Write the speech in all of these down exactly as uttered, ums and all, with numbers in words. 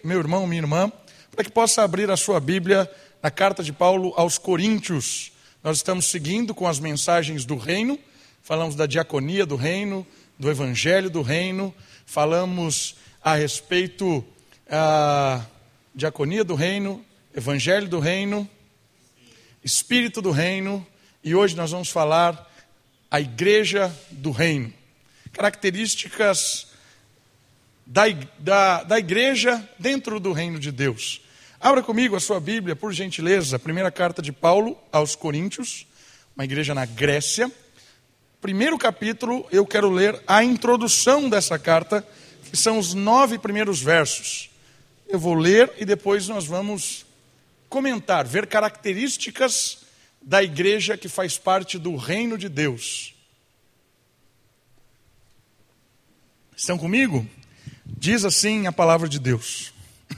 meu irmão, minha irmã, para que possa abrir a sua Bíblia na carta de Paulo aos Coríntios. Nós estamos seguindo com as mensagens do reino, falamos da diaconia do reino, do evangelho do reino, falamos a respeito da diaconia do reino, evangelho do reino, espírito do reino, e hoje nós vamos falar a igreja do reino. Características da, da, da igreja dentro do reino de Deus. Abra comigo a sua Bíblia, por gentileza, a primeira carta de Paulo aos Coríntios, uma igreja na Grécia. Primeiro capítulo, eu quero ler a introdução dessa carta, que são os nove primeiros versos. Eu vou ler e depois nós vamos comentar, ver características da igreja que faz parte do reino de Deus. Estão comigo? Diz assim a palavra de Deus.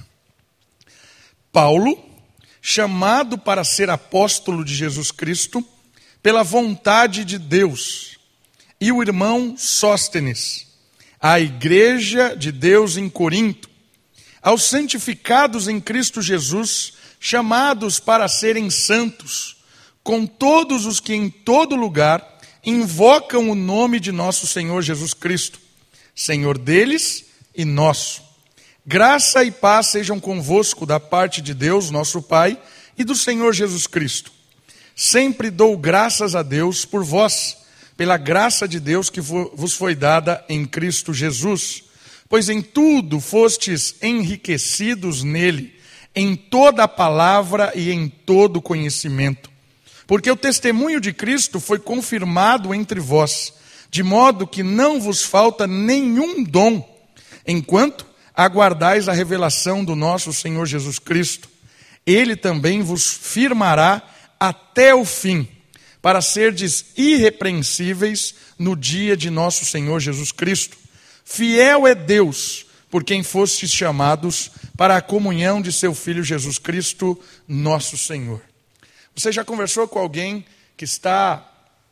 Paulo, chamado para ser apóstolo de Jesus Cristo, pela vontade de Deus, e o irmão Sóstenes, à igreja de Deus em Corinto, aos santificados em Cristo Jesus, chamados para serem santos, com todos os que em todo lugar invocam o nome de nosso Senhor Jesus Cristo, Senhor deles e nosso. Graça e paz sejam convosco da parte de Deus, nosso Pai, e do Senhor Jesus Cristo. Sempre dou graças a Deus por vós, pela graça de Deus que vos foi dada em Cristo Jesus, pois em tudo fostes enriquecidos nele, em toda a palavra e em todo conhecimento. Porque o testemunho de Cristo foi confirmado entre vós, de modo que não vos falta nenhum dom, enquanto aguardais a revelação do nosso Senhor Jesus Cristo. Ele também vos firmará até o fim, para serdes irrepreensíveis no dia de nosso Senhor Jesus Cristo. Fiel é Deus, por quem fostes chamados para a comunhão de seu Filho Jesus Cristo, nosso Senhor. Você já conversou com alguém que está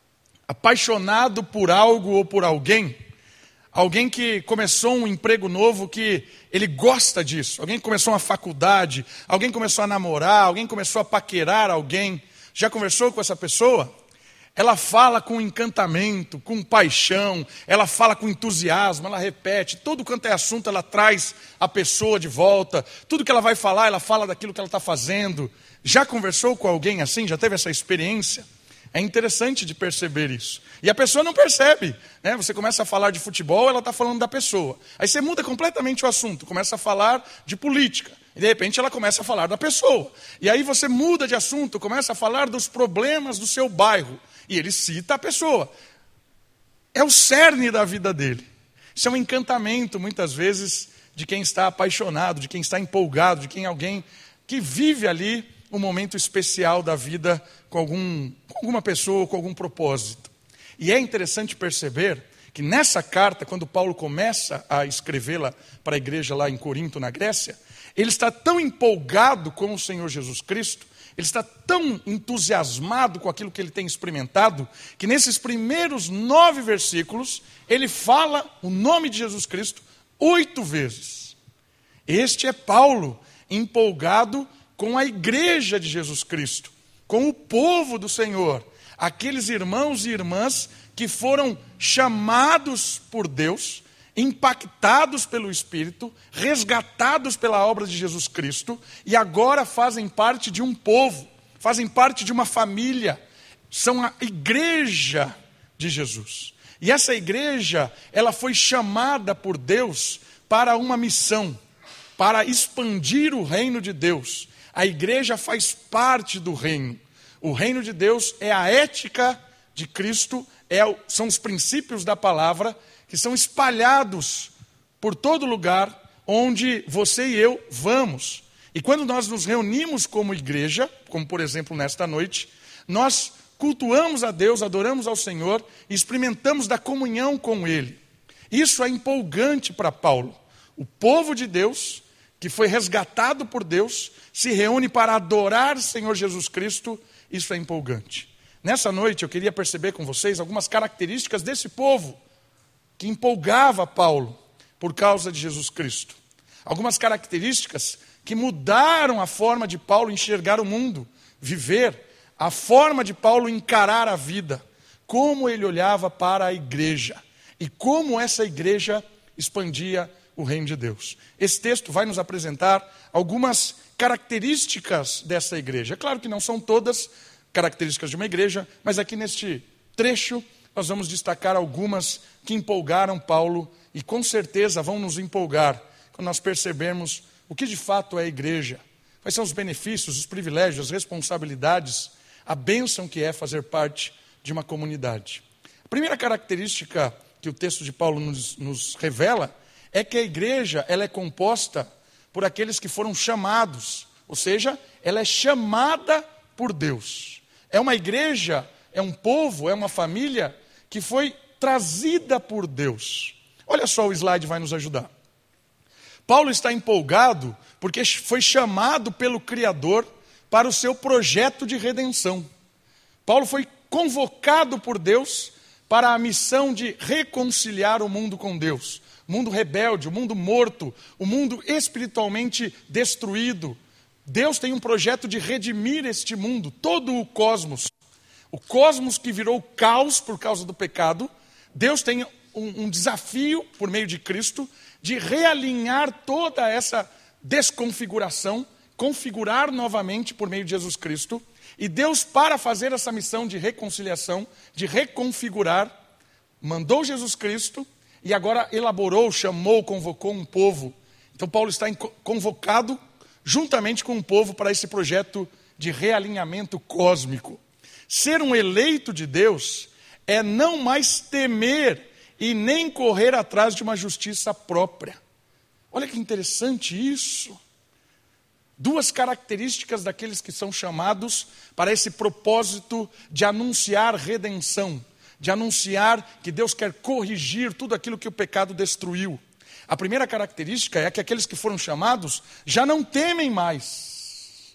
apaixonado por algo ou por alguém? Alguém que começou um emprego novo que ele gosta disso. Alguém que começou uma faculdade, alguém começou a namorar, alguém começou a paquerar alguém. Já conversou com essa pessoa? Ela fala com encantamento, com paixão, ela fala com entusiasmo, ela repete, todo quanto é assunto ela traz a pessoa de volta, tudo que ela vai falar, ela fala daquilo que ela está fazendo. Já conversou com alguém assim? Já teve essa experiência? É interessante de perceber isso. E a pessoa não percebe, né? Você começa a falar de futebol, ela está falando da pessoa. Aí você muda completamente o assunto, começa a falar de política. E de repente ela começa a falar da pessoa. E aí você muda de assunto, começa a falar dos problemas do seu bairro. E ele cita a pessoa. É o cerne da vida dele. Isso é um encantamento, muitas vezes, de quem está apaixonado, de quem está empolgado, de quem alguém que vive ali um momento especial da vida com, algum, com alguma pessoa, com algum propósito. E é interessante perceber que nessa carta, quando Paulo começa a escrevê-la para a igreja lá em Corinto, na Grécia, ele está tão empolgado com o Senhor Jesus Cristo, ele está tão entusiasmado com aquilo que ele tem experimentado, que nesses primeiros nove versículos, ele fala o nome de Jesus Cristo oito vezes. Este é Paulo, empolgado com a igreja de Jesus Cristo, com o povo do Senhor, aqueles irmãos e irmãs que foram chamados por Deus, impactados pelo Espírito, resgatados pela obra de Jesus Cristo, e agora fazem parte de um povo, fazem parte de uma família, são a igreja de Jesus. E essa igreja, ela foi chamada por Deus para uma missão, para expandir o reino de Deus. A igreja faz parte do reino. O reino de Deus é a ética de Cristo, é, são os princípios da palavra que são espalhados por todo lugar onde você e eu vamos. E quando nós nos reunimos como igreja, como por exemplo nesta noite, nós cultuamos a Deus, adoramos ao Senhor e experimentamos da comunhão com Ele. Isso é empolgante para Paulo. O povo de Deus, que foi resgatado por Deus, se reúne para adorar o Senhor Jesus Cristo. Isso é empolgante. Nessa noite eu queria perceber com vocês algumas características desse povo que empolgava Paulo por causa de Jesus Cristo. algumas características que mudaram a forma de Paulo enxergar o mundo, viver, a forma de Paulo encarar a vida, como ele olhava para a igreja e como essa igreja expandia o reino de Deus. Esse texto vai nos apresentar algumas características dessa igreja. É claro que não são todas características de uma igreja, mas aqui neste trecho nós vamos destacar algumas que empolgaram Paulo e com certeza vão nos empolgar quando nós percebermos o que de fato é a igreja, quais são os benefícios, os privilégios, as responsabilidades, a bênção que é fazer parte de uma comunidade. A primeira característica que o texto de Paulo nos, nos revela é que a igreja ela é composta por aqueles que foram chamados, ou seja, ela é chamada por Deus. É uma igreja, é um povo, é uma família que foi trazida por Deus. Olha só, o slide vai nos ajudar. Paulo está empolgado porque foi chamado pelo Criador para o seu projeto de redenção. Paulo foi convocado por Deus para a missão de reconciliar o mundo com Deus. O mundo rebelde, o mundo morto, o mundo espiritualmente destruído. Deus tem um projeto de redimir este mundo, todo o cosmos. O cosmos que virou caos por causa do pecado. Deus tem um, um desafio, por meio de Cristo, de realinhar toda essa desconfiguração, configurar novamente por meio de Jesus Cristo. E Deus, para fazer essa missão de reconciliação, de reconfigurar, mandou Jesus Cristo e agora elaborou, chamou, convocou um povo. Então Paulo está convocado juntamente com o povo para esse projeto de realinhamento cósmico. Ser um eleito de Deus é não mais temer e nem correr atrás de uma justiça própria. Olha que interessante isso. Duas características daqueles que são chamados para esse propósito de anunciar redenção, de anunciar que Deus quer corrigir tudo aquilo que o pecado destruiu. A primeira característica é que aqueles que foram chamados já não temem mais.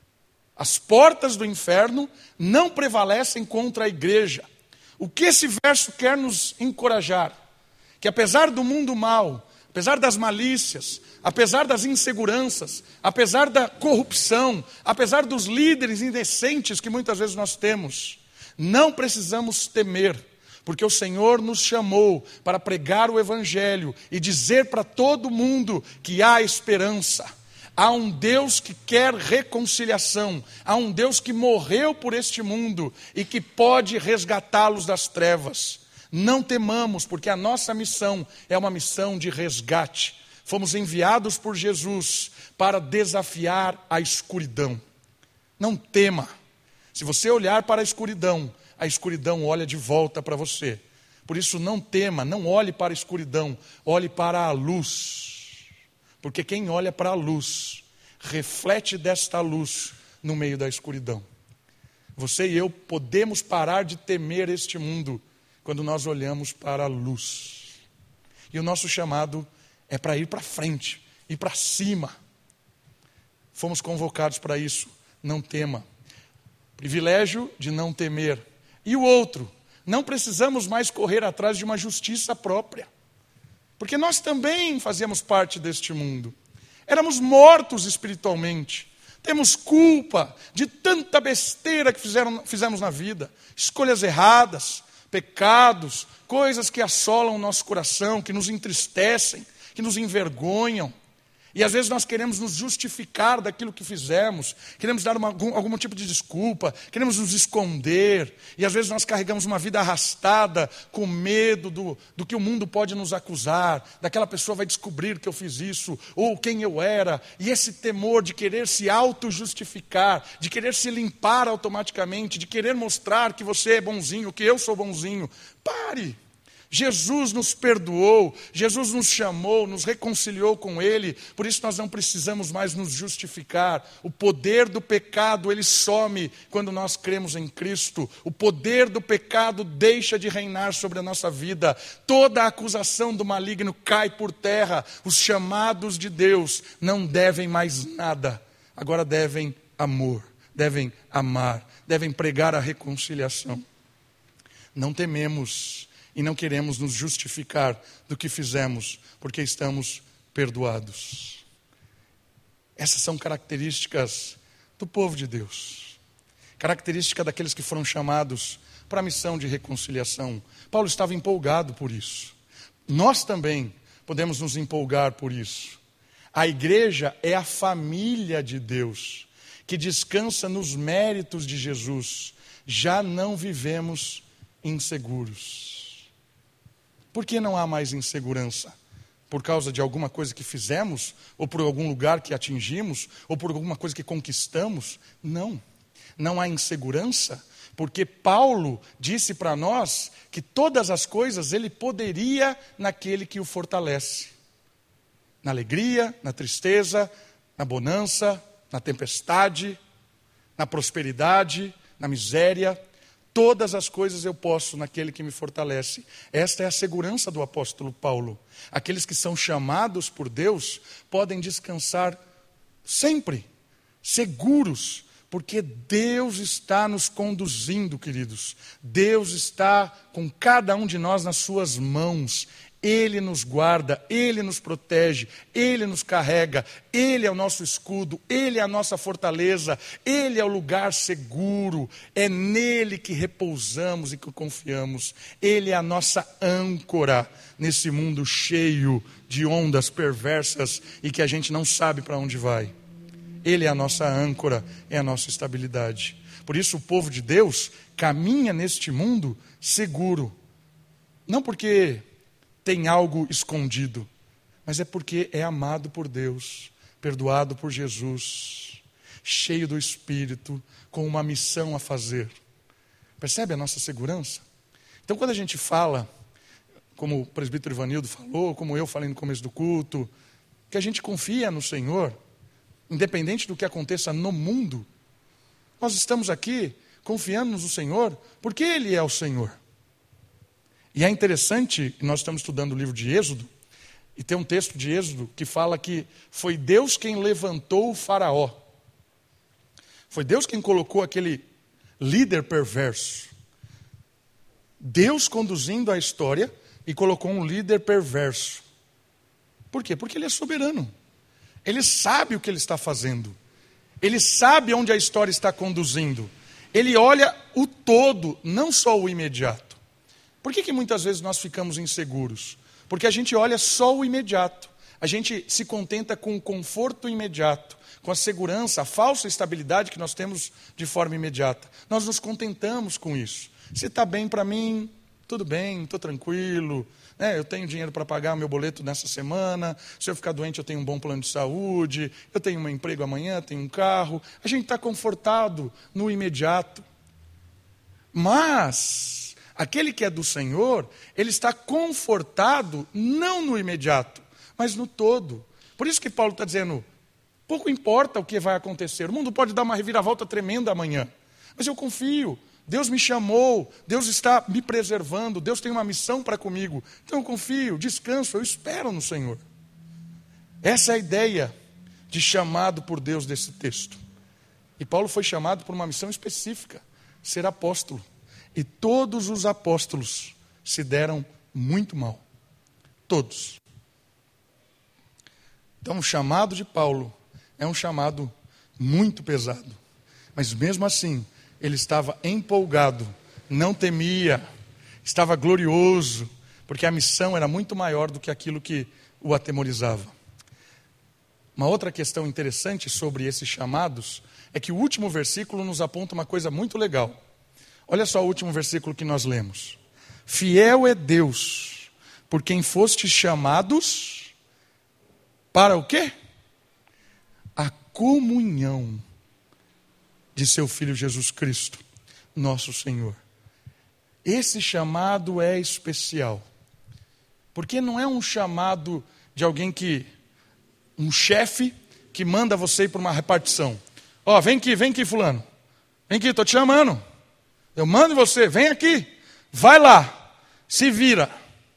As portas do inferno não prevalecem contra a igreja. O que esse verso quer nos encorajar? Que apesar do mundo mau, apesar das malícias, apesar das inseguranças, apesar da corrupção, apesar dos líderes indecentes que muitas vezes nós temos, não precisamos temer, porque o Senhor nos chamou para pregar o Evangelho e dizer para todo mundo que há esperança. Há um Deus que quer reconciliação, há um Deus que morreu por este mundo e que pode resgatá-los das trevas. Não temamos, porque a nossa missão é uma missão de resgate. Fomos enviados por Jesus para desafiar a escuridão. Não tema. Se você olhar para a escuridão, a escuridão olha de volta para você. Por isso não tema, não olhe para a escuridão, olhe para a luz. Porque quem olha para a luz, reflete desta luz no meio da escuridão. Você e eu podemos parar de temer este mundo quando nós olhamos para a luz. E o nosso chamado é para ir para frente, ir para cima. Fomos convocados para isso, não tema. Privilégio de não temer. E o outro, não precisamos mais correr atrás de uma justiça própria. Porque nós também fazíamos parte deste mundo. Éramos mortos espiritualmente. Temos culpa de tanta besteira que fizeram, fizemos na vida. Escolhas erradas, pecados, coisas que assolam o nosso coração, que nos entristecem, que nos envergonham. E às vezes nós queremos nos justificar daquilo que fizemos, queremos dar uma, algum, algum tipo de desculpa, queremos nos esconder. E às vezes nós carregamos uma vida arrastada com medo do, do que o mundo pode nos acusar, daquela pessoa vai descobrir que eu fiz isso, ou quem eu era. E esse temor de querer se auto-justificar, de querer se limpar automaticamente, de querer mostrar que você é bonzinho, que eu sou bonzinho. Pare! Jesus nos perdoou, Jesus nos chamou, nos reconciliou com Ele, por isso nós não precisamos mais nos justificar. O poder do pecado, ele some quando nós cremos em Cristo. O poder do pecado deixa de reinar sobre a nossa vida. Toda a acusação do maligno cai por terra. Os chamados de Deus não devem mais nada, agora devem amor, devem amar, devem pregar a reconciliação. Não tememos e não queremos nos justificar do que fizemos, porque estamos perdoados. Essas são características do povo de Deus. Característica daqueles que foram chamados para a missão de reconciliação. Paulo estava empolgado por isso. Nós também podemos nos empolgar por isso. A igreja é a família de Deus, que descansa nos méritos de Jesus. Já não vivemos inseguros. Por que não há mais insegurança? Por causa de alguma coisa que fizemos, ou por algum lugar que atingimos, ou por alguma coisa que conquistamos? Não. Não há insegurança, porque Paulo disse para nós que todas as coisas ele poderia naquele que o fortalece. Na alegria, na tristeza, na bonança, na tempestade, na prosperidade, na miséria. Todas as coisas eu posso naquele que me fortalece. Esta é a segurança do apóstolo Paulo. Aqueles que são chamados por Deus podem descansar sempre, seguros, porque Deus está nos conduzindo, queridos. Deus está com cada um de nós nas suas mãos. Ele nos guarda, Ele nos protege, Ele nos carrega, Ele é o nosso escudo, Ele é a nossa fortaleza, Ele é o lugar seguro, é nele que repousamos e que confiamos. Ele é a nossa âncora nesse mundo cheio de ondas perversas e que a gente não sabe para onde vai. Ele é a nossa âncora, é a nossa estabilidade. Por isso o povo de Deus caminha neste mundo seguro, não porque tem algo escondido, mas é porque é amado por Deus, perdoado por Jesus, cheio do Espírito, com uma missão a fazer. Percebe a nossa segurança? Então quando a gente fala, como o presbítero Ivanildo falou, como eu falei no começo do culto, que a gente confia no Senhor, independente do que aconteça no mundo, nós estamos aqui confiando no Senhor, porque Ele é o Senhor. E é interessante, nós estamos estudando o livro de Êxodo, e tem um texto de Êxodo que fala que foi Deus quem levantou o faraó. Foi Deus quem colocou aquele líder perverso. Deus conduzindo a história e colocou um líder perverso. Por quê? Porque Ele é soberano. Ele sabe o que Ele está fazendo. Ele sabe onde a história está conduzindo. Ele olha o todo, não só o imediato. Por que que muitas vezes nós ficamos inseguros? Porque a gente olha só o imediato. A gente se contenta com o conforto imediato, com a segurança, a falsa estabilidade que nós temos de forma imediata. Nós nos contentamos com isso. Se está bem para mim, tudo bem, estou tranquilo. Né? Eu tenho dinheiro para pagar meu boleto nessa semana. Se eu ficar doente, eu tenho um bom plano de saúde. Eu tenho um emprego amanhã, tenho um carro. A gente está confortado no imediato. Mas aquele que é do Senhor, ele está confortado não no imediato, mas no todo. Por isso que Paulo está dizendo, pouco importa o que vai acontecer. O mundo pode dar uma reviravolta tremenda amanhã, mas eu confio. Deus me chamou, Deus está me preservando, Deus tem uma missão para comigo. Então eu confio, descanso, eu espero no Senhor. Essa é a ideia de chamado por Deus desse texto. E Paulo foi chamado por uma missão específica, ser apóstolo. E todos os apóstolos se deram muito mal. Todos. Então o chamado de Paulo é um chamado muito pesado. Mas mesmo assim, ele estava empolgado, não temia, estava glorioso, porque a missão era muito maior do que aquilo que o atemorizava. Uma outra questão interessante sobre esses chamados é que o último versículo nos aponta uma coisa muito legal. Olha só o último versículo que nós lemos. Fiel é Deus, por quem fostes chamados para o quê? A comunhão de seu Filho Jesus Cristo, nosso Senhor. Esse chamado é especial, porque não é um chamado de alguém que, um chefe que manda você ir para uma repartição. Ó, oh, vem aqui, vem aqui fulano, vem aqui, estou te chamando. Eu mando você, vem aqui, vai lá, se vira.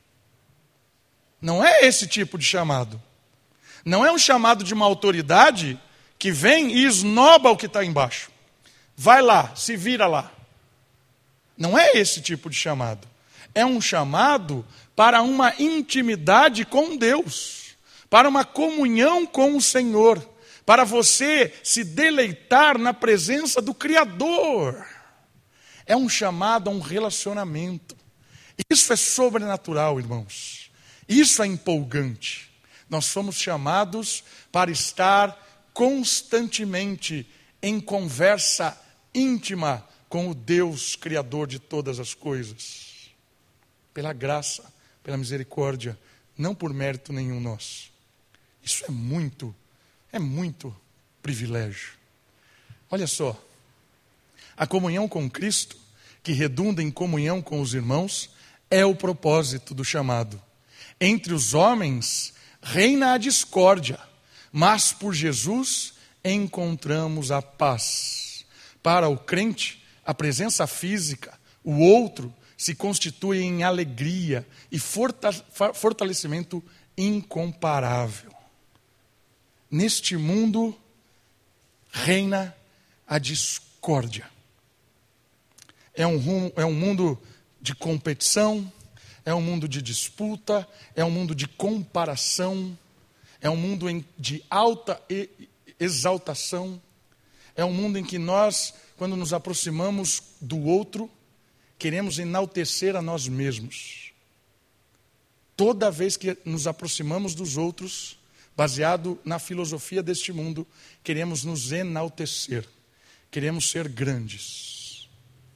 Não é esse tipo de chamado. Não é um chamado de uma autoridade que vem e esnoba o que está embaixo. Vai lá, se vira lá. Não é esse tipo de chamado. É um chamado para uma intimidade com Deus, para uma comunhão com o Senhor, para você se deleitar na presença do Criador. É um chamado a um relacionamento. Isso é sobrenatural, irmãos. Isso é empolgante. Nós somos chamados para estar constantemente em conversa íntima com o Deus Criador de todas as coisas. Pela graça, pela misericórdia, não por mérito nenhum nosso. Isso é muito, é muito privilégio. Olha só, a comunhão com Cristo, que redunda em comunhão com os irmãos, é o propósito do chamado. Entre os homens reina a discórdia, mas por Jesus encontramos a paz. Para o crente, a presença física, o outro, se constitui em alegria e fortalecimento incomparável. Neste mundo reina a discórdia. É um, é um mundo de competição, é um mundo de disputa, é um mundo de comparação, é um mundo em, de alta exaltação, é um mundo em que nós, quando nos aproximamos do outro, queremos enaltecer a nós mesmos. Toda vez que nos aproximamos dos outros, baseado na filosofia deste mundo, queremos nos enaltecer, queremos ser grandes.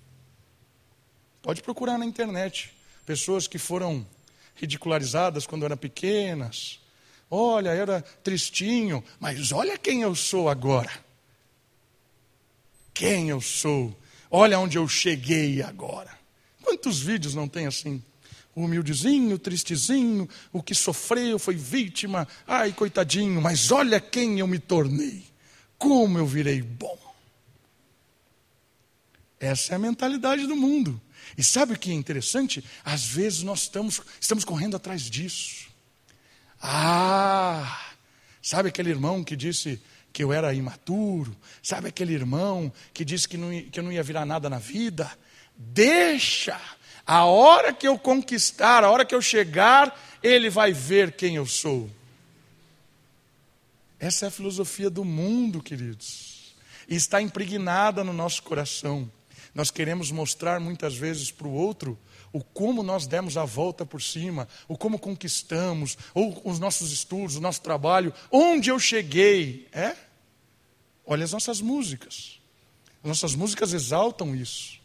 Pode procurar na internet, pessoas que foram ridicularizadas quando eram pequenas. Olha, era tristinho, mas olha quem eu sou agora. Quem eu sou? Olha onde eu cheguei agora. Quantos vídeos não tem assim? O humildezinho, tristezinho, o que sofreu, foi vítima. Ai, coitadinho, mas olha quem eu me tornei. Como eu virei bom. Essa é a mentalidade do mundo. E sabe o que é interessante? Às vezes nós estamos, estamos correndo atrás disso. Ah, sabe aquele irmão que disse que eu era imaturo? Sabe aquele irmão que disse que, não, que eu não ia virar nada na vida? Deixa, a hora que eu conquistar, a hora que eu chegar, ele vai ver quem eu sou. Essa é a filosofia do mundo, queridos. E está impregnada no nosso coração. Nós queremos mostrar muitas vezes para o outro o como nós demos a volta por cima, o como conquistamos, ou os nossos estudos, o nosso trabalho, onde eu cheguei. É? Olha as nossas músicas. As nossas músicas exaltam isso.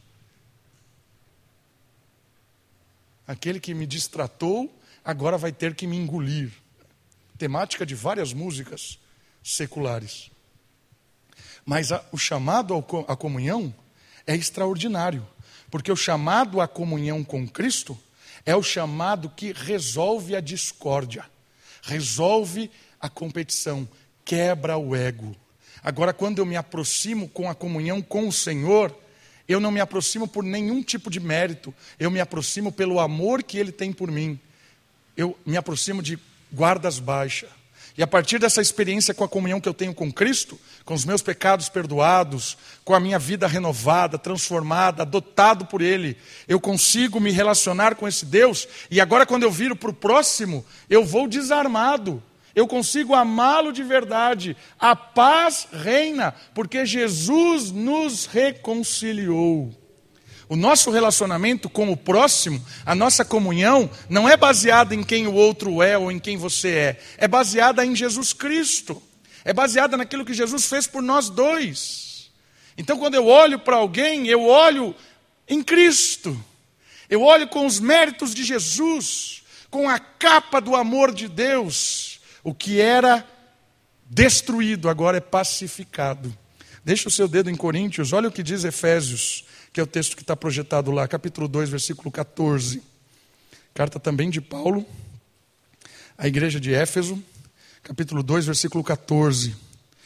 Aquele que me distratou, agora vai ter que me engolir. Temática de várias músicas seculares. Mas a, o chamado ao, à comunhão é extraordinário, porque o chamado à comunhão com Cristo é o chamado que resolve a discórdia, resolve a competição, quebra o ego. Agora, quando eu me aproximo com a comunhão com o Senhor, eu não me aproximo por nenhum tipo de mérito, eu me aproximo pelo amor que Ele tem por mim. Eu me aproximo de guardas baixas. E a partir dessa experiência com a comunhão que eu tenho com Cristo, com os meus pecados perdoados, com a minha vida renovada, transformada, adotado por Ele, eu consigo me relacionar com esse Deus, e agora quando eu viro para o próximo, eu vou desarmado, eu consigo amá-lo de verdade, a paz reina, porque Jesus nos reconciliou. O nosso relacionamento com o próximo, a nossa comunhão, não é baseada em quem o outro é ou em quem você é. É baseada em Jesus Cristo. É baseada naquilo que Jesus fez por nós dois. Então, quando eu olho para alguém, eu olho em Cristo. Eu olho com os méritos de Jesus, com a capa do amor de Deus. O que era destruído agora é pacificado. Deixa o seu dedo em Coríntios, olha o que diz Efésios, que é o texto que está projetado lá, capítulo dois, versículo catorze. Carta também de Paulo, à igreja de Éfeso, capítulo dois, versículo catorze.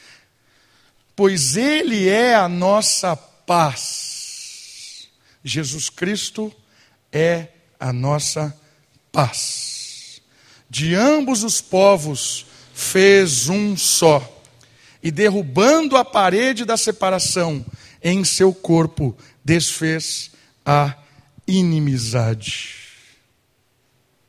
Pois Ele é a nossa paz. Jesus Cristo é a nossa paz. De ambos os povos fez um só, e derrubando a parede da separação em seu corpo, desfez a inimizade.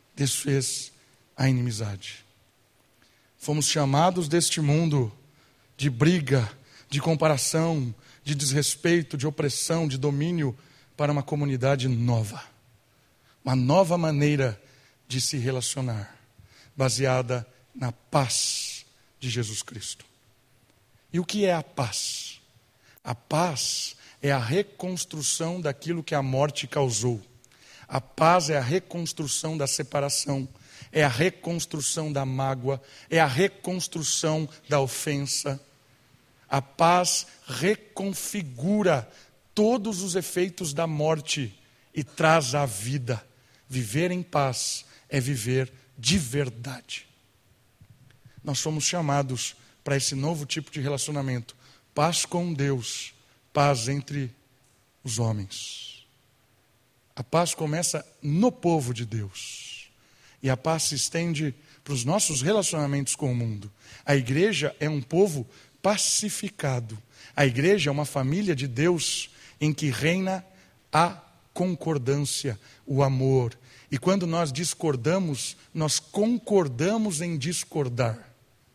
Desfez a inimizade. Fomos chamados deste mundo de briga, de comparação, de desrespeito, de opressão, de domínio, para uma comunidade nova. Uma nova maneira de se relacionar, baseada na paz de Jesus Cristo. E o que é a paz? A paz é a reconstrução daquilo que a morte causou. A paz é a reconstrução da separação, é a reconstrução da mágoa, é a reconstrução da ofensa. A paz reconfigura todos os efeitos da morte e traz a vida. Viver em paz é viver de verdade. Nós somos chamados para esse novo tipo de relacionamento. Paz com Deus, paz entre os homens. A paz começa no povo de Deus. E a paz se estende para os nossos relacionamentos com o mundo. A igreja é um povo pacificado. A igreja é uma família de Deus em que reina a concordância, o amor. E quando nós discordamos, nós concordamos em discordar.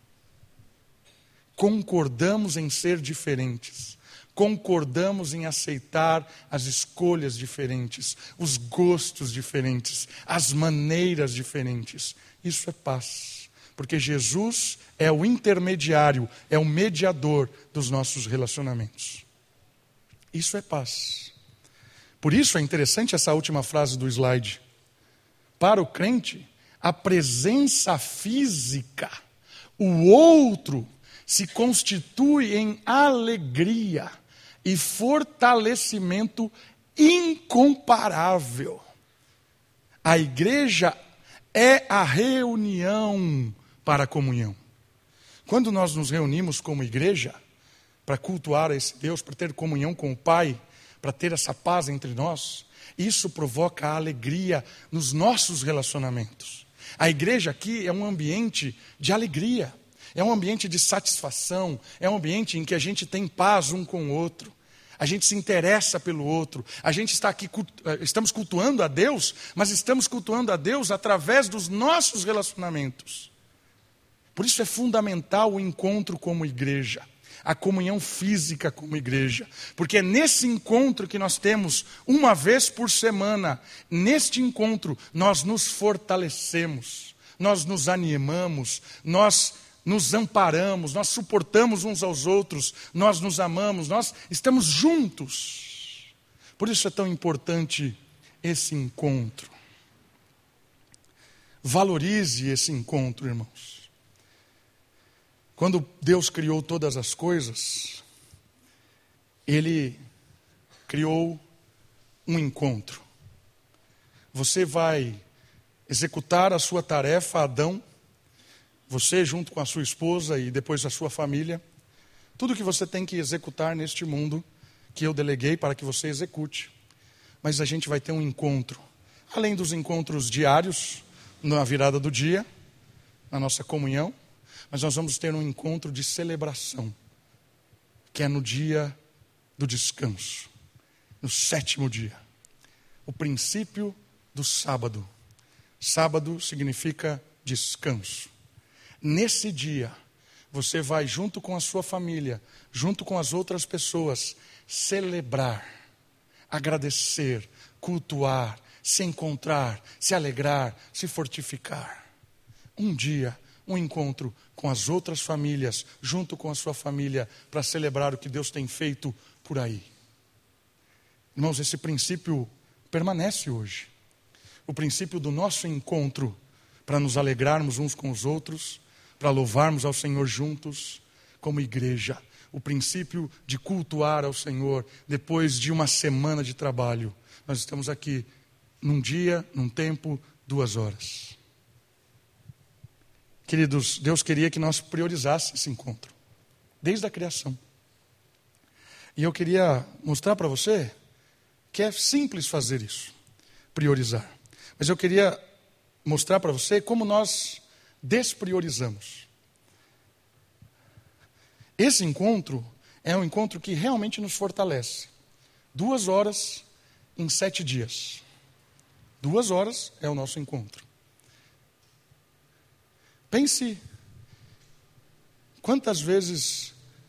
Concordamos em ser diferentes. Concordamos em aceitar as escolhas diferentes, os gostos diferentes, as maneiras diferentes. Isso é paz. Porque Jesus é o intermediário, é o mediador dos nossos relacionamentos. Isso é paz. Por isso é interessante essa última frase do slide. Para o crente, a presença física, o outro, se constitui em alegria e fortalecimento incomparável. A igreja é a reunião para a comunhão. Quando nós nos reunimos como igreja, para cultuar a esse Deus, para ter comunhão com o Pai, para ter essa paz entre nós, isso provoca alegria nos nossos relacionamentos. A igreja aqui é um ambiente de alegria, é um ambiente de satisfação, é um ambiente em que a gente tem paz um com o outro, a gente se interessa pelo outro, a gente está aqui, estamos cultuando a Deus, mas estamos cultuando a Deus através dos nossos relacionamentos. Por isso é fundamental o encontro como igreja, a comunhão física como igreja, porque é nesse encontro que nós temos uma vez por semana. Neste encontro nós nos fortalecemos, nós nos animamos, nós nos amparamos, nós suportamos uns aos outros, nós nos amamos, nós estamos juntos. Por isso é tão importante esse encontro. Valorize esse encontro, irmãos. Quando Deus criou todas as coisas, Ele criou um encontro. Você vai executar a sua tarefa, Adão, você junto com a sua esposa e depois a sua família, tudo que você tem que executar neste mundo, que eu deleguei para que você execute. Mas a gente vai ter um encontro, além dos encontros diários, na virada do dia, na nossa comunhão, mas nós vamos ter um encontro de celebração, que é no dia do descanso, no sétimo dia, o princípio do sábado. Sábado significa descanso. Nesse dia, você vai junto com a sua família, junto com as outras pessoas, celebrar, agradecer, cultuar, se encontrar, se alegrar, se fortificar. Um dia, um encontro com as outras famílias, junto com a sua família, para celebrar o que Deus tem feito por aí. Irmãos, esse princípio permanece hoje. O princípio do nosso encontro, para nos alegrarmos uns com os outros, para louvarmos ao Senhor juntos, como igreja. O princípio de cultuar ao Senhor, depois de uma semana de trabalho. Nós estamos aqui, num dia, num tempo, duas horas. Queridos, Deus queria que nós priorizássemos esse encontro, desde a criação. E eu queria mostrar para você que é simples fazer isso, priorizar. Mas eu queria mostrar para você como nós despriorizamos. Esse encontro é um encontro que realmente nos fortalece. Duas horas em sete dias. Duas horas é o nosso encontro. Pense quantas vezes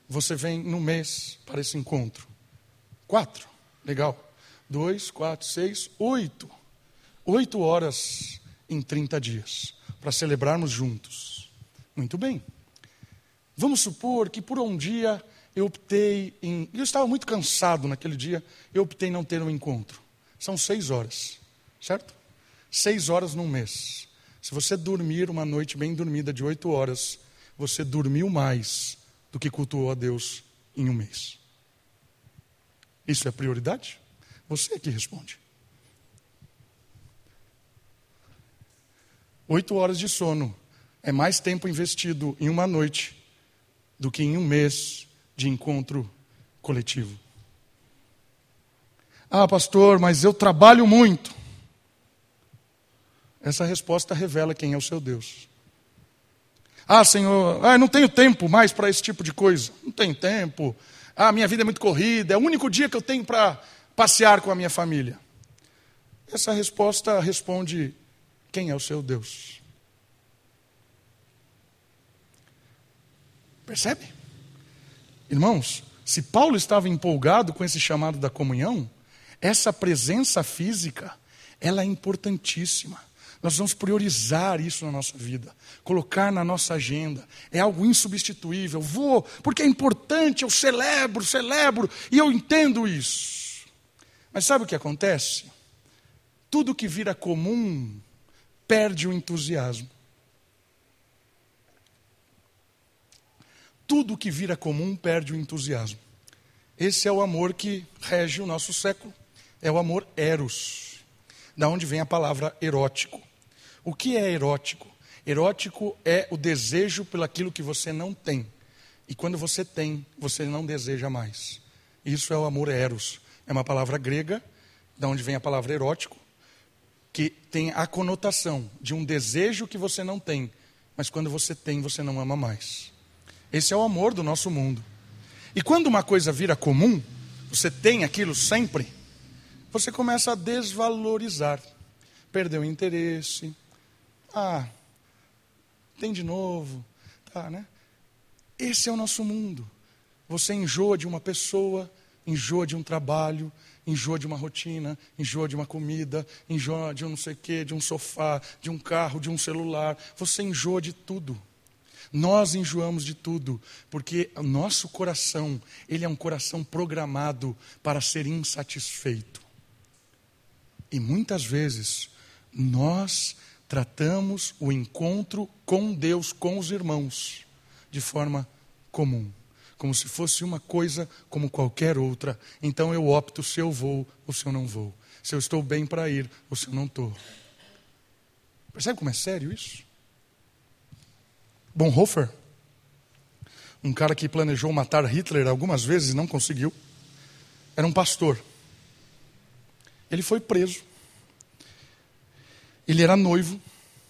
você vem no mês para esse encontro? Quatro. Legal. Dois, quatro, seis, oito. Oito horas em trinta dias. Para celebrarmos juntos. Muito bem. Vamos supor que por um dia eu optei em... Eu estava muito cansado naquele dia. Eu optei em não ter um encontro. São seis horas. Certo? Seis horas num mês. Se você dormir uma noite bem dormida de oito horas, você dormiu mais do que cultuou a Deus em um mês. Isso é prioridade? Você é que responde. Oito horas de sono é mais tempo investido em uma noite do que em um mês de encontro coletivo. Ah, pastor, mas eu trabalho muito. Essa resposta revela quem é o seu Deus. Ah, Senhor, ah, não tenho tempo mais para esse tipo de coisa. Não tenho tempo. Ah, minha vida é muito corrida. É o único dia que eu tenho para passear com a minha família. Essa resposta responde quem é o seu Deus. Percebe? Irmãos, se Paulo estava empolgado com esse chamado da comunhão, essa presença física, ela é importantíssima. Nós vamos priorizar isso na nossa vida, colocar na nossa agenda. É algo insubstituível. Vou, porque é importante, eu celebro, celebro, e eu entendo isso. Mas sabe o que acontece? Tudo que vira comum perde o entusiasmo. Tudo que vira comum perde o entusiasmo. Esse é o amor que rege o nosso século. É o amor eros, da onde vem a palavra erótico. O que é erótico? Erótico é o desejo pelo aquilo que você não tem. E quando você tem, você não deseja mais. Isso é o amor eros. É uma palavra grega, da onde vem a palavra erótico, que tem a conotação de um desejo que você não tem, mas quando você tem, você não ama mais. Esse é o amor do nosso mundo. E quando uma coisa vira comum, você tem aquilo sempre, você começa a desvalorizar. Perdeu o interesse. Ah, tem de novo. Tá, né? Esse é o nosso mundo. Você enjoa de uma pessoa, enjoa de um trabalho, enjoa de uma rotina, enjoa de uma comida, enjoa de um não sei o quê, de um sofá, de um carro, de um celular. Você enjoa de tudo. Nós enjoamos de tudo, porque o nosso coração, ele é um coração programado para ser insatisfeito. E muitas vezes, nós tratamos o encontro com Deus, com os irmãos, de forma comum. Como se fosse uma coisa como qualquer outra. Então eu opto se eu vou ou se eu não vou. Se eu estou bem para ir ou se eu não estou. Percebe como é sério isso? Bonhoeffer, um cara que planejou matar Hitler algumas vezes e não conseguiu, era um pastor. Ele foi preso. Ele era noivo.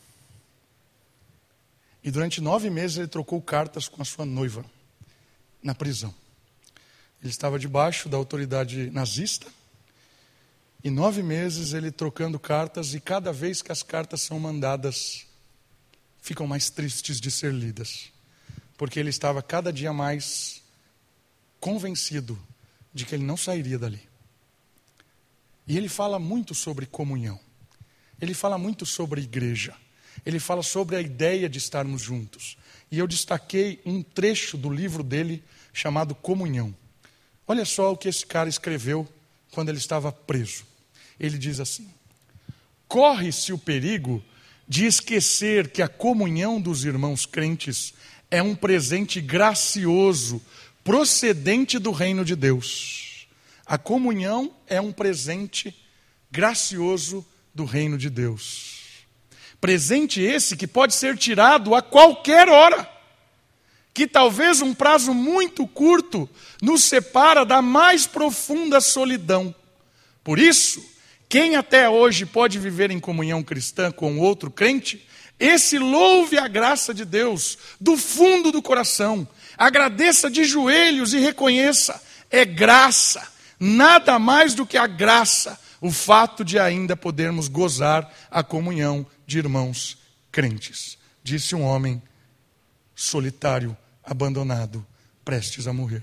E durante nove meses ele trocou cartas com a sua noiva na prisão. Ele estava debaixo da autoridade nazista. E nove meses ele trocando cartas, e cada vez que as cartas são mandadas, ficam mais tristes de ser lidas. Porque ele estava cada dia mais convencido de que ele não sairia dali. E ele fala muito sobre comunhão. Ele fala muito sobre igreja. Ele fala sobre a ideia de estarmos juntos. E eu destaquei um trecho do livro dele chamado Comunhão. Olha só o que esse cara escreveu quando ele estava preso. Ele diz assim: corre-se o perigo de esquecer que a comunhão dos irmãos crentes é um presente gracioso, procedente do reino de Deus. A comunhão é um presente gracioso do reino de Deus. Presente esse que pode ser tirado a qualquer hora. Que talvez um prazo muito curto nos separa da mais profunda solidão. Por isso, quem até hoje pode viver em comunhão cristã com outro crente, esse louve a graça de Deus do fundo do coração. Agradeça de joelhos e reconheça, é graça, nada mais do que a graça, o fato de ainda podermos gozar a comunhão de irmãos crentes. Disse um homem solitário, abandonado, prestes a morrer.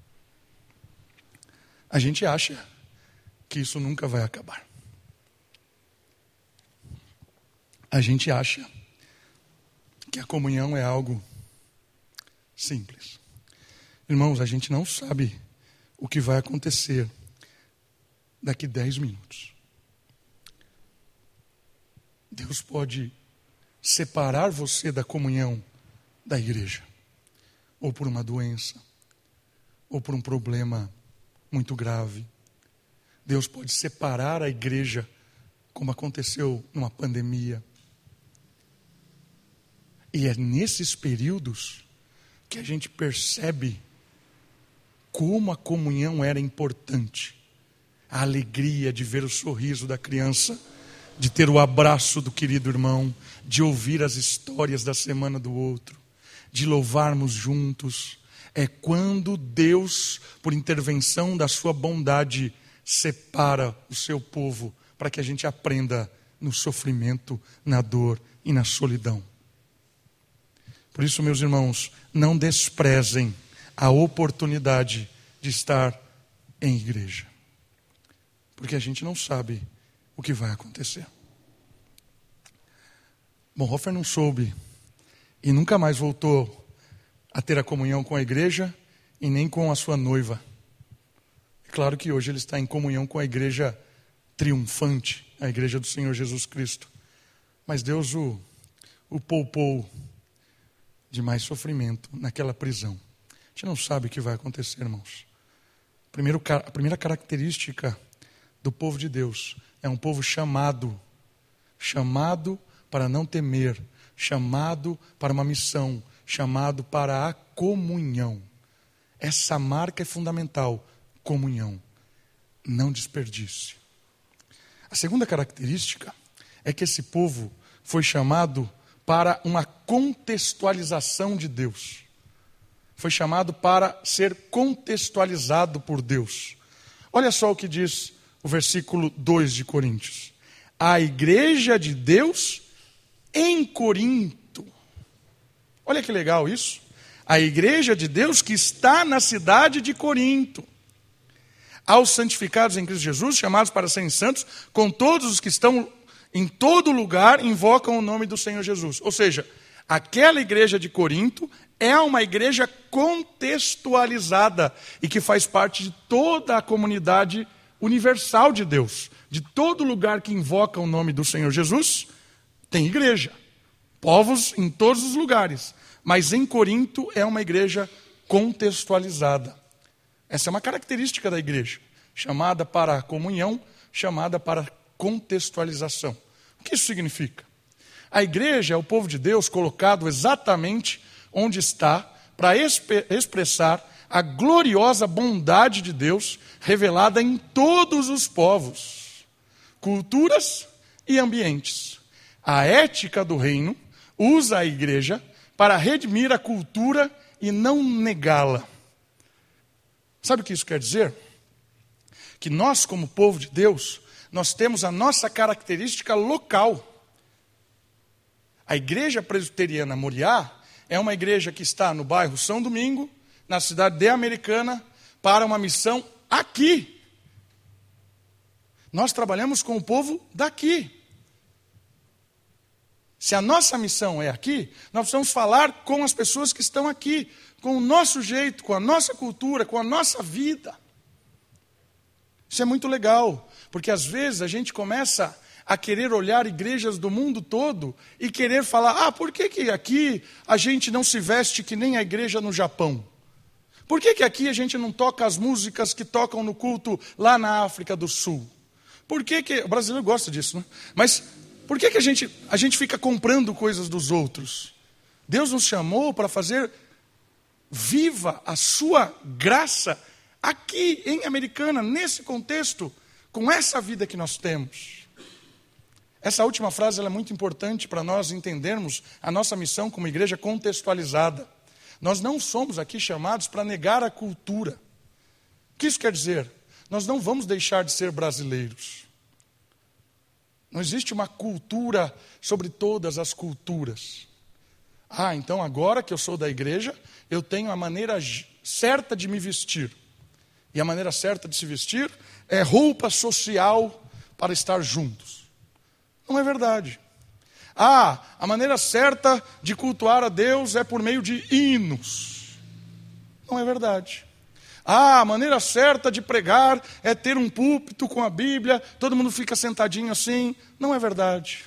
A gente acha que isso nunca vai acabar. A gente acha que a comunhão é algo simples. Irmãos, a gente não sabe o que vai acontecer daqui dez minutos. Deus pode separar você da comunhão da igreja, ou por uma doença, ou por um problema muito grave. Deus pode separar a igreja, como aconteceu numa pandemia. E é nesses períodos que a gente percebe como a comunhão era importante. A alegria de ver o sorriso da criança, de ter o abraço do querido irmão, de ouvir as histórias da semana do outro, de louvarmos juntos. É quando Deus, por intervenção da sua bondade, separa o seu povo para que a gente aprenda no sofrimento, na dor e na solidão. Por isso, meus irmãos, não desprezem a oportunidade de estar em igreja, porque a gente não sabe o que vai acontecer. Bonhoeffer não soube e nunca mais voltou a ter a comunhão com a igreja e nem com a sua noiva. É claro que hoje ele está em comunhão com a igreja triunfante, a igreja do Senhor Jesus Cristo. Mas Deus o, o poupou de mais sofrimento naquela prisão. A gente não sabe o que vai acontecer, irmãos. Primeiro, a primeira característica do povo de Deus é um povo chamado, chamado para não temer, chamado para uma missão, chamado para a comunhão. Essa marca é fundamental, comunhão. Não desperdício. A segunda característica é que esse povo foi chamado para uma contextualização de Deus. Foi chamado para ser contextualizado por Deus. Olha só o que diz o versículo dois de Coríntios. A igreja de Deus em Corinto. Olha que legal isso. A igreja de Deus que está na cidade de Corinto. Aos santificados em Cristo Jesus, chamados para serem santos, com todos os que estão em todo lugar, invocam o nome do Senhor Jesus. Ou seja, aquela igreja de Corinto é uma igreja contextualizada e que faz parte de toda a comunidade universal de Deus. De todo lugar que invoca o nome do Senhor Jesus, tem igreja. Povos em todos os lugares. Mas em Corinto é uma igreja contextualizada. Essa é uma característica da igreja. Chamada para a comunhão, chamada para a contextualização. O que isso significa? A igreja é o povo de Deus colocado exatamente onde está para expressar a gloriosa bondade de Deus revelada em todos os povos, culturas e ambientes. A ética do reino usa a igreja para redimir a cultura e não negá-la. Sabe o que isso quer dizer? Que nós, como povo de Deus, nós temos a nossa característica local. A igreja presbiteriana Moriá é uma igreja que está no bairro São Domingo, na cidade de Americana, para uma missão aqui. Nós trabalhamos com o povo daqui. Se a nossa missão é aqui, nós precisamos falar com as pessoas que estão aqui, com o nosso jeito, com a nossa cultura, com a nossa vida. Isso é muito legal, porque às vezes a gente começa a querer olhar igrejas do mundo todo e querer falar, ah, por que que aqui a gente não se veste que nem a igreja no Japão? Por que que aqui a gente não toca as músicas que tocam no culto lá na África do Sul? Por que que... O brasileiro gosta disso, né? Mas por que que a gente, a gente fica comprando coisas dos outros? Deus nos chamou para fazer viva a sua graça aqui em Americana, nesse contexto, com essa vida que nós temos. Essa última frase ela é muito importante para nós entendermos a nossa missão como igreja contextualizada. Nós não somos aqui chamados para negar a cultura. O que isso quer dizer? Nós não vamos deixar de ser brasileiros. Não existe uma cultura sobre todas as culturas. Ah, então agora que eu sou da igreja, eu tenho a maneira certa de me vestir. E a maneira certa de se vestir é roupa social para estar juntos. Não é verdade. Ah, a maneira certa de cultuar a Deus é por meio de hinos. Não é verdade. Ah, a maneira certa de pregar é ter um púlpito com a Bíblia, todo mundo fica sentadinho assim. Não é verdade.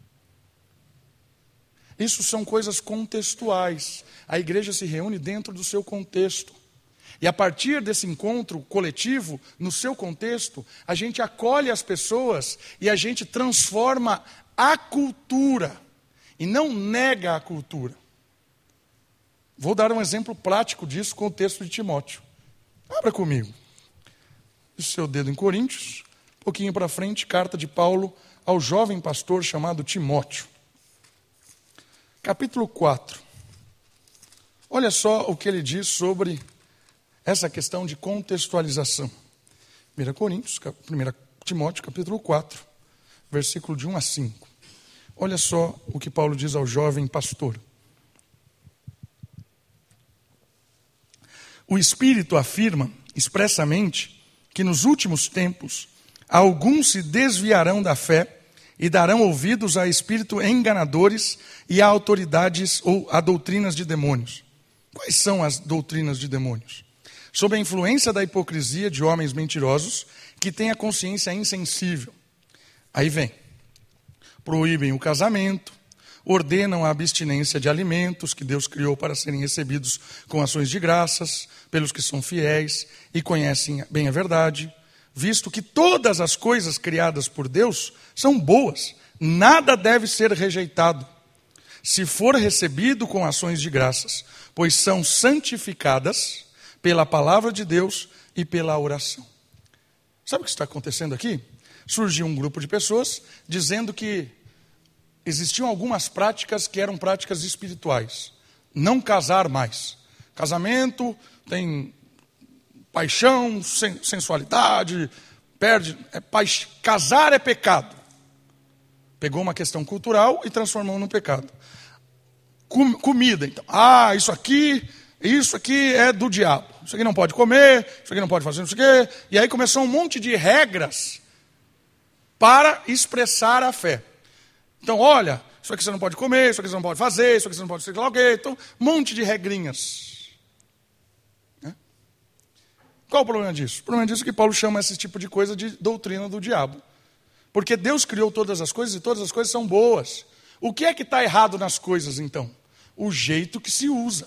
Isso são coisas contextuais. A igreja se reúne dentro do seu contexto. E a partir desse encontro coletivo, no seu contexto, a gente acolhe as pessoas e a gente transforma a cultura e não nega a cultura. Vou dar um exemplo prático disso com o texto de Timóteo. Abra comigo. O seu dedo em Coríntios, um pouquinho para frente, carta de Paulo ao jovem pastor chamado Timóteo. Capítulo quatro. Olha só o que ele diz sobre essa questão de contextualização. primeira Coríntios, primeira Timóteo, capítulo quatro, versículo de um a cinco. Olha só o que Paulo diz ao jovem pastor. O Espírito afirma expressamente que nos últimos tempos alguns se desviarão da fé e darão ouvidos a espíritos enganadores e a autoridades ou a doutrinas de demônios. Quais são as doutrinas de demônios? Sob a influência da hipocrisia de homens mentirosos que têm a consciência insensível. Aí vem. Proíbem o casamento, ordenam a abstinência de alimentos que Deus criou para serem recebidos com ações de graças pelos que são fiéis e conhecem bem a verdade, visto que todas as coisas criadas por Deus são boas, nada deve ser rejeitado, se for recebido com ações de graças, pois são santificadas pela palavra de Deus e pela oração. Sabe o que está acontecendo aqui? Surgiu um grupo de pessoas dizendo que existiam algumas práticas que eram práticas espirituais. Não casar mais. Casamento tem paixão, sen- sensualidade, perde. É paix... Casar é pecado. Pegou uma questão cultural e transformou num pecado. Com- comida, então. Ah, isso aqui, isso aqui é do diabo. Isso aqui não pode comer, isso aqui não pode fazer, não sei o quê. E aí começou um monte de regras para expressar a fé. Então, olha, isso aqui você não pode comer, isso aqui você não pode fazer, isso aqui você não pode ser lá o quê. Então, um monte de regrinhas. Né? Qual o problema disso? O problema disso é que Paulo chama esse tipo de coisa de doutrina do diabo. Porque Deus criou todas as coisas e todas as coisas são boas. O que é que está errado nas coisas, então? O jeito que se usa.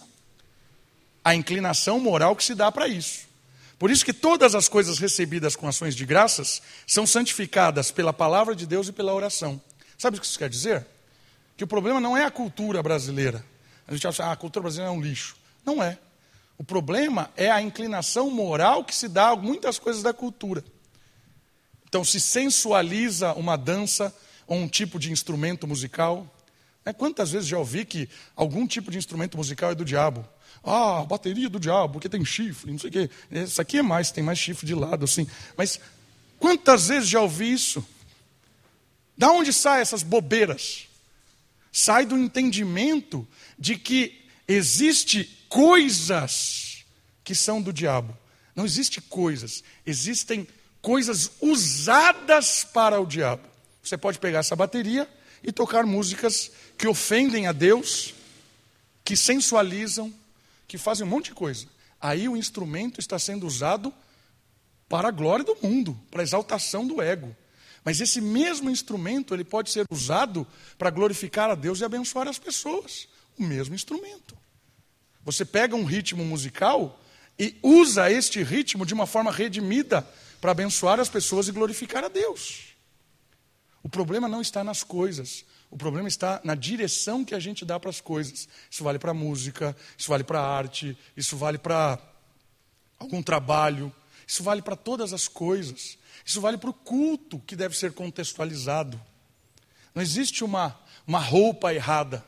A inclinação moral que se dá para isso. Por isso que todas as coisas recebidas com ações de graças são santificadas pela palavra de Deus e pela oração. Sabe o que isso quer dizer? Que o problema não é a cultura brasileira. A gente acha que ah, a cultura brasileira é um lixo. Não é. O problema é a inclinação moral que se dá a muitas coisas da cultura. Então se sensualiza uma dança ou um tipo de instrumento musical. É, quantas vezes já ouvi que algum tipo de instrumento musical é do diabo? Ah, a bateria do diabo, porque tem chifre, não sei o quê. Isso aqui é mais, tem mais chifre de lado, assim. Mas quantas vezes já ouvi isso? Da onde saem essas bobeiras? Sai do entendimento de que existe coisas que são do diabo. Não existe coisas, existem coisas usadas para o diabo. Você pode pegar essa bateria e tocar músicas que ofendem a Deus, que sensualizam, que fazem um monte de coisa. Aí o instrumento está sendo usado para a glória do mundo, para a exaltação do ego. Mas esse mesmo instrumento, ele pode ser usado para glorificar a Deus e abençoar as pessoas. O mesmo instrumento. Você pega um ritmo musical e usa este ritmo de uma forma redimida para abençoar as pessoas e glorificar a Deus. O problema não está nas coisas. O problema está na direção que a gente dá para as coisas. Isso vale para a música, isso vale para a arte, isso vale para algum trabalho, isso vale para todas as coisas. Isso vale para o culto, que deve ser contextualizado. Não existe uma, uma roupa errada.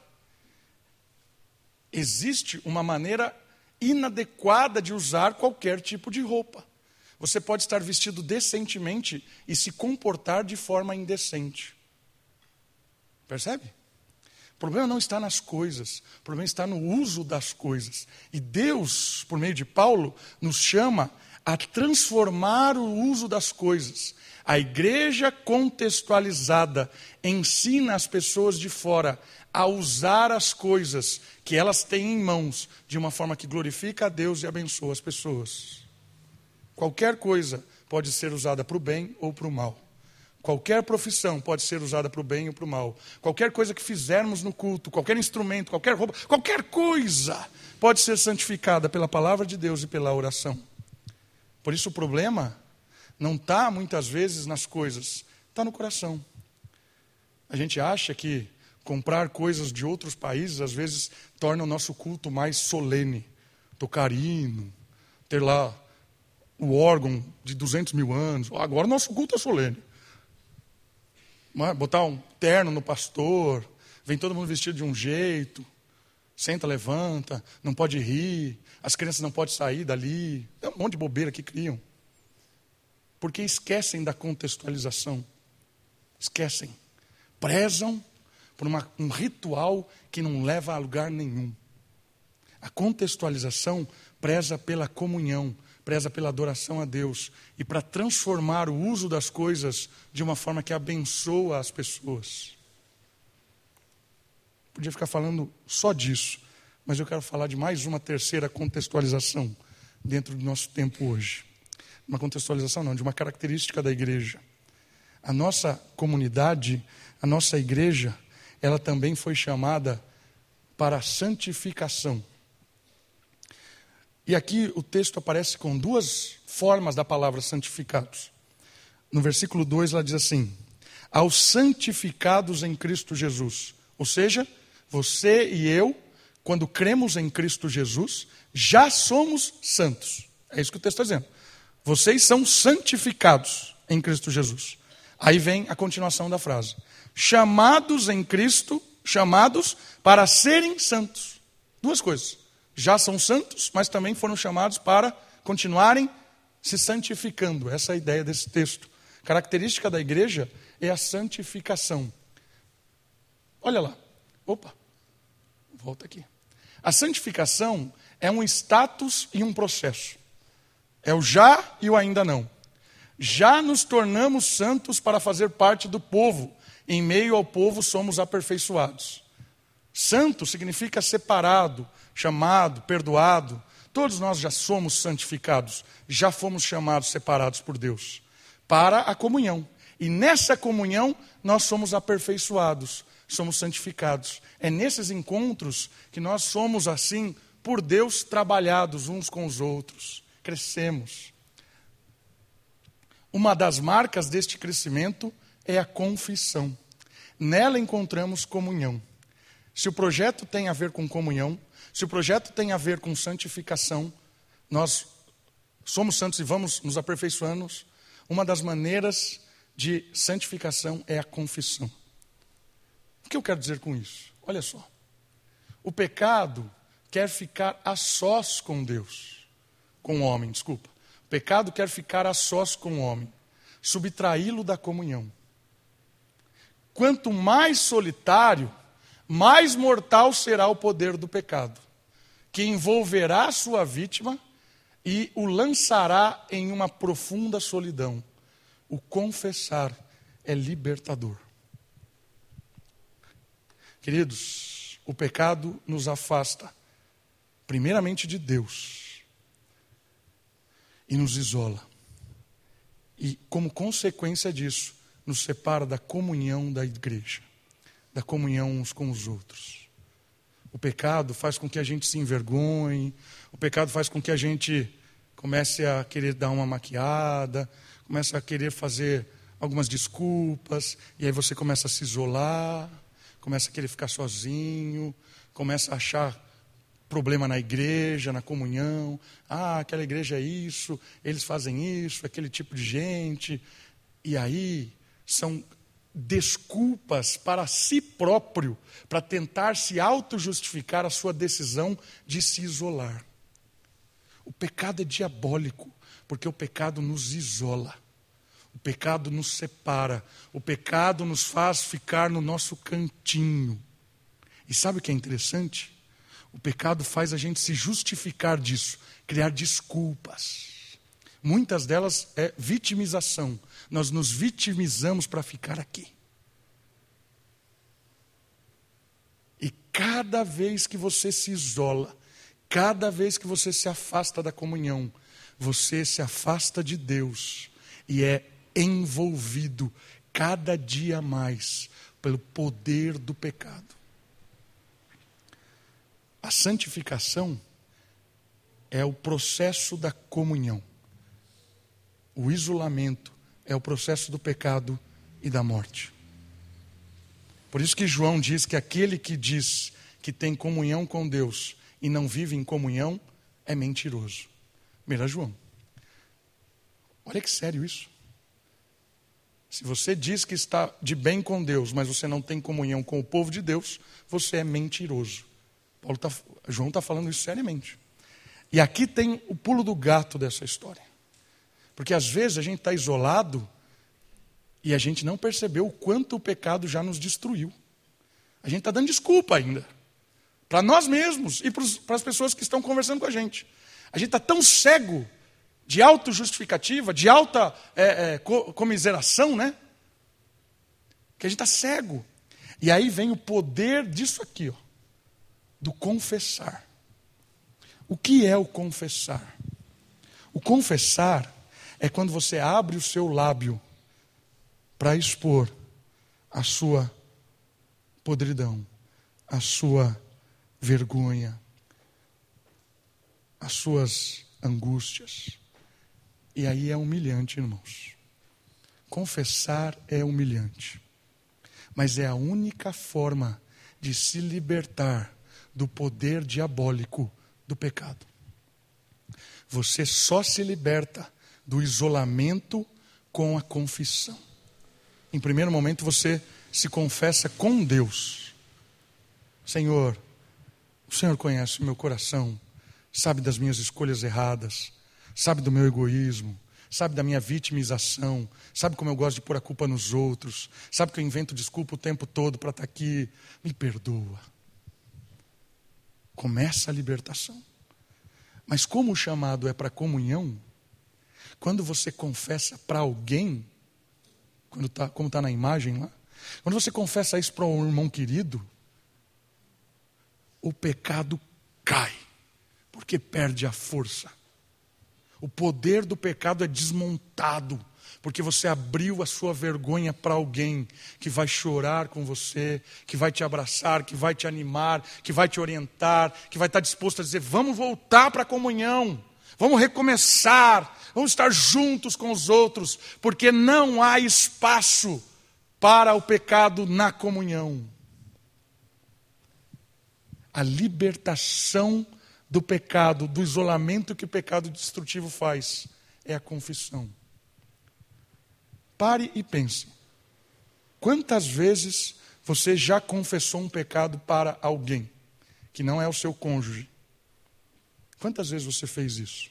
Existe uma maneira inadequada de usar qualquer tipo de roupa. Você pode estar vestido decentemente e se comportar de forma indecente. Percebe? O problema não está nas coisas, o problema está no uso das coisas. E Deus, por meio de Paulo, nos chama a transformar o uso das coisas. A igreja contextualizada ensina as pessoas de fora a usar as coisas que elas têm em mãos de uma forma que glorifica a Deus e abençoa as pessoas. Qualquer coisa pode ser usada para o bem ou para o mal. Qualquer profissão pode ser usada para o bem ou para o mal. Qualquer coisa que fizermos no culto, qualquer instrumento, qualquer roupa, qualquer coisa pode ser santificada pela palavra de Deus e pela oração. Por isso o problema não está muitas vezes nas coisas, está no coração. A gente acha que comprar coisas de outros países às vezes torna o nosso culto mais solene. Tocar hino, ter lá o órgão de duzentos mil anos. Agora o nosso culto é solene. Botar um terno no pastor, vem todo mundo vestido de um jeito, senta, levanta, não pode rir, as crianças não podem sair dali. É um monte de bobeira que criam. Porque esquecem da contextualização. Esquecem. Prezam por uma, um ritual que não leva a lugar nenhum. A contextualização preza pela comunhão, preza pela adoração a Deus e para transformar o uso das coisas de uma forma que abençoa as pessoas. Podia ficar falando só disso, mas eu quero falar de mais uma terceira contextualização dentro do nosso tempo hoje. Uma contextualização não, de uma característica da igreja. A nossa comunidade, a nossa igreja, ela também foi chamada para a santificação. E aqui o texto aparece com duas formas da palavra santificados. No versículo dois ela diz assim: aos santificados em Cristo Jesus. Ou seja, você e eu, quando cremos em Cristo Jesus, já somos santos. É isso que o texto está dizendo. Vocês são santificados em Cristo Jesus. Aí vem a continuação da frase. Chamados em Cristo, chamados para serem santos. Duas coisas. Já são santos, mas também foram chamados para continuarem se santificando. Essa é a ideia desse texto. A característica da igreja é a santificação. Olha lá. Opa, volta aqui. A santificação é um status e um processo. É o já e o ainda não. Já nos tornamos santos para fazer parte do povo. Em meio ao povo somos aperfeiçoados. Santo significa separado, chamado, perdoado. Todos nós já somos santificados, já fomos chamados, separados por Deus, para a comunhão. E nessa comunhão nós somos aperfeiçoados, somos santificados. É nesses encontros que nós somos assim, por Deus, trabalhados uns com os outros. Crescemos. Uma das marcas deste crescimento é a confissão. Nela encontramos comunhão. Se o projeto tem a ver com comunhão, se o projeto tem a ver com santificação, nós somos santos e vamos nos aperfeiçoando. Uma das maneiras de santificação é a confissão. O que eu quero dizer com isso? Olha só. O pecado quer ficar a sós com Deus, com o homem, desculpa. O pecado quer ficar a sós com o homem, subtraí-lo da comunhão. Quanto mais solitário, mais mortal será o poder do pecado, que envolverá a sua vítima e o lançará em uma profunda solidão. O confessar é libertador. Queridos, o pecado nos afasta, primeiramente de Deus, e nos isola. E, como consequência disso, nos separa da comunhão da igreja, da comunhão uns com os outros. O pecado faz com que a gente se envergonhe, o pecado faz com que a gente comece a querer dar uma maquiada, comece a querer fazer algumas desculpas, e aí você começa a se isolar, começa a querer ficar sozinho, começa a achar problema na igreja, na comunhão. Ah, aquela igreja é isso, eles fazem isso, aquele tipo de gente. E aí são desculpas para si próprio, para tentar se auto-justificar a sua decisão de se isolar. O pecado é diabólico, porque o pecado nos isola. O pecado nos separa. O pecado nos faz ficar no nosso cantinho. E sabe o que é interessante? O pecado faz a gente se justificar disso, criar desculpas. Muitas delas é vitimização. Nós nos vitimizamos para ficar aqui. E cada vez que você se isola, cada vez que você se afasta da comunhão, você se afasta de Deus e é envolvido cada dia mais pelo poder do pecado. A santificação é o processo da comunhão. O isolamento é o processo do pecado e da morte. Por isso que João diz que aquele que diz que tem comunhão com Deus e não vive em comunhão é mentiroso. primeiro João. Olha que sério isso. Se você diz que está de bem com Deus, mas você não tem comunhão com o povo de Deus, você é mentiroso. Paulo tá, João está falando isso seriamente. E aqui tem o pulo do gato dessa história. Porque às vezes a gente está isolado e a gente não percebeu o quanto o pecado já nos destruiu. A gente está dando desculpa ainda. Para nós mesmos e para as pessoas que estão conversando com a gente. A gente está tão cego de autojustificativa, de alta é, é, comiseração, né? Que a gente está cego. E aí vem o poder disso aqui, ó, do confessar. O que é o confessar? O confessar é quando você abre o seu lábio para expor a sua podridão, a sua vergonha, as suas angústias. E aí é humilhante, irmãos. Confessar é humilhante. Mas é a única forma de se libertar do poder diabólico do pecado. Você só se liberta do isolamento com a confissão. Em primeiro momento você se confessa com Deus. Senhor, o Senhor conhece o meu coração, sabe das minhas escolhas erradas, sabe do meu egoísmo, sabe da minha vitimização, sabe como eu gosto de pôr a culpa nos outros, sabe que eu invento desculpa o tempo todo para estar aqui. Me perdoa. Começa a libertação. Mas como o chamado é para comunhão, quando você confessa para alguém, quando tá, como está na imagem lá, quando você confessa isso para um irmão querido, o pecado cai, porque perde a força. O poder do pecado é desmontado, porque você abriu a sua vergonha para alguém que vai chorar com você, que vai te abraçar, que vai te animar, que vai te orientar, que vai estar disposto a dizer, vamos voltar para a comunhão, vamos recomeçar, vamos estar juntos com os outros, porque não há espaço para o pecado na comunhão. A libertação do pecado, do isolamento que o pecado destrutivo faz, é a confissão. Pare e pense. Quantas vezes você já confessou um pecado para alguém que não é o seu cônjuge? Quantas vezes você fez isso?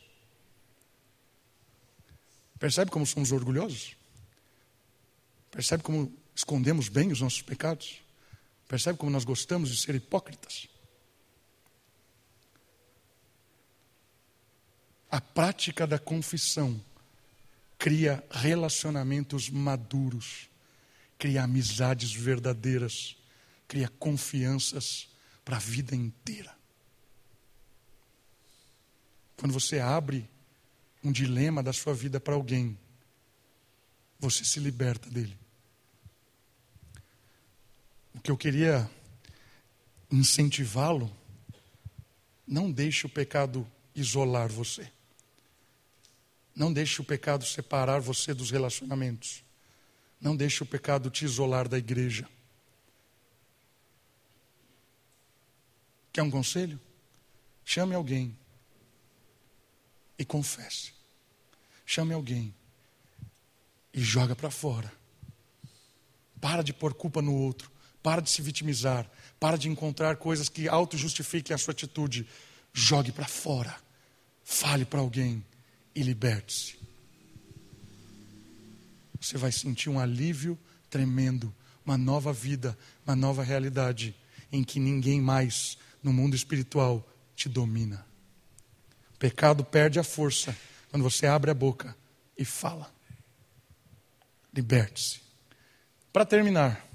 Percebe como somos orgulhosos? Percebe como escondemos bem os nossos pecados? Percebe como nós gostamos de ser hipócritas? A prática da confissão cria relacionamentos maduros, cria amizades verdadeiras, cria confianças para a vida inteira. Quando você abre um dilema da sua vida para alguém, você se liberta dele. O que eu queria incentivá-lo, não deixe o pecado isolar você. Não deixe o pecado separar você dos relacionamentos. Não deixe o pecado te isolar da igreja. Quer um conselho? Chame alguém e confesse. Chame alguém e joga para fora. Para de pôr culpa no outro. Para de se vitimizar. Para de encontrar coisas que auto-justifiquem a sua atitude. Jogue para fora. Fale para alguém. E liberte-se. Você vai sentir um alívio tremendo, uma nova vida, uma nova realidade. em que ninguém mais no mundo espiritual te domina. O pecado perde a força quando você abre a boca e fala. Liberte-se. Para terminar,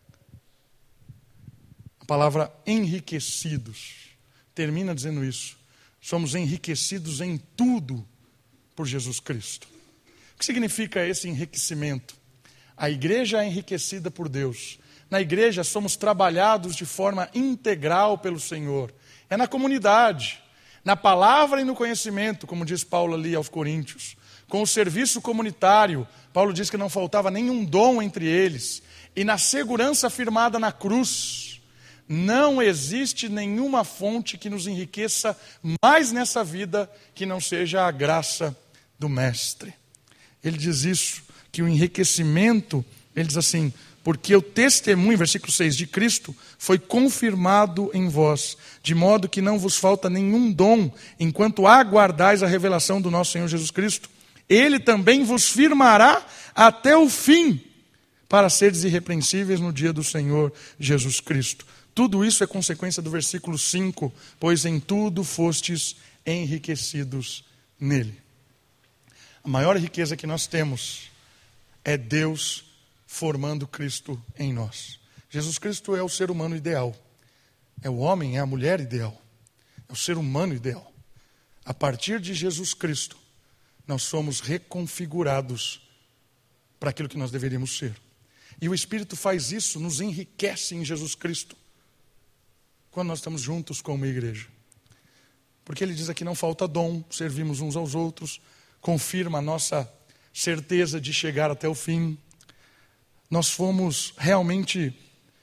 a palavra enriquecidos termina dizendo isso. Somos enriquecidos em tudo por Jesus Cristo. O que significa esse enriquecimento? A igreja é enriquecida por Deus. Na igreja somos trabalhados de forma integral pelo Senhor. É na comunidade, na palavra e no conhecimento, como diz Paulo ali aos Coríntios. Com o serviço comunitário, Paulo diz que não faltava nenhum dom entre eles. E na segurança firmada na cruz, não existe nenhuma fonte que nos enriqueça mais nessa vida que não seja a graça do Mestre. Ele diz isso, que o enriquecimento, ele diz assim, porque o testemunho, versículo seis, de Cristo foi confirmado em vós, de modo que não vos falta nenhum dom, enquanto aguardais a revelação do nosso Senhor Jesus Cristo. Ele também vos firmará até o fim, para seres irrepreensíveis no dia do Senhor Jesus Cristo. Tudo isso é consequência do versículo cinco, pois em tudo fostes enriquecidos nele. A maior riqueza que nós temos é Deus formando Cristo em nós. Jesus Cristo é o ser humano ideal. É o homem, é a mulher ideal. É o ser humano ideal. A partir de Jesus Cristo, nós somos reconfigurados para aquilo que nós deveríamos ser. E o Espírito faz isso, nos enriquece em Jesus Cristo, quando nós estamos juntos como igreja. Porque ele diz aqui, não falta dom, servimos uns aos outros, confirma a nossa certeza de chegar até o fim. Nós fomos realmente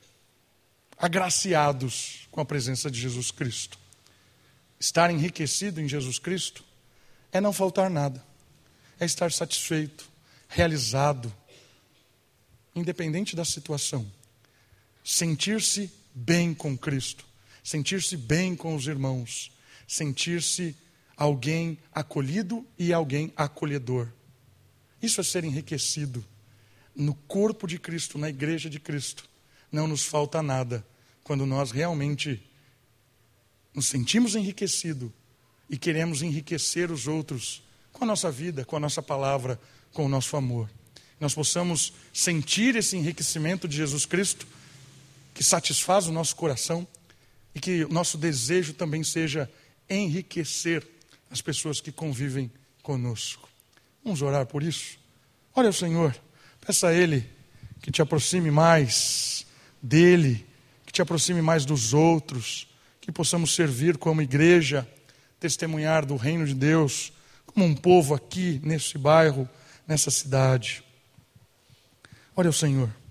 agraciados com a presença de Jesus Cristo. Estar enriquecido em Jesus Cristo é não faltar nada. É estar satisfeito, realizado, independente da situação. Sentir-se bem com Cristo. Sentir-se bem com os irmãos. Sentir-se alguém acolhido e alguém acolhedor. Isso é ser enriquecido. No corpo de Cristo, na igreja de Cristo, não nos falta nada quando nós realmente nos sentimos enriquecidos e queremos enriquecer os outros com a nossa vida, com a nossa palavra, com o nosso amor. Nós possamos sentir esse enriquecimento de Jesus Cristo, que satisfaz o nosso coração, e que o nosso desejo também seja enriquecer as pessoas que convivem conosco. Vamos orar por isso? Olha ao Senhor, peça a Ele que te aproxime mais dEle, que te aproxime mais dos outros, que possamos servir como igreja, testemunhar do reino de Deus, como um povo aqui nesse bairro, nessa cidade. Olha ao Senhor.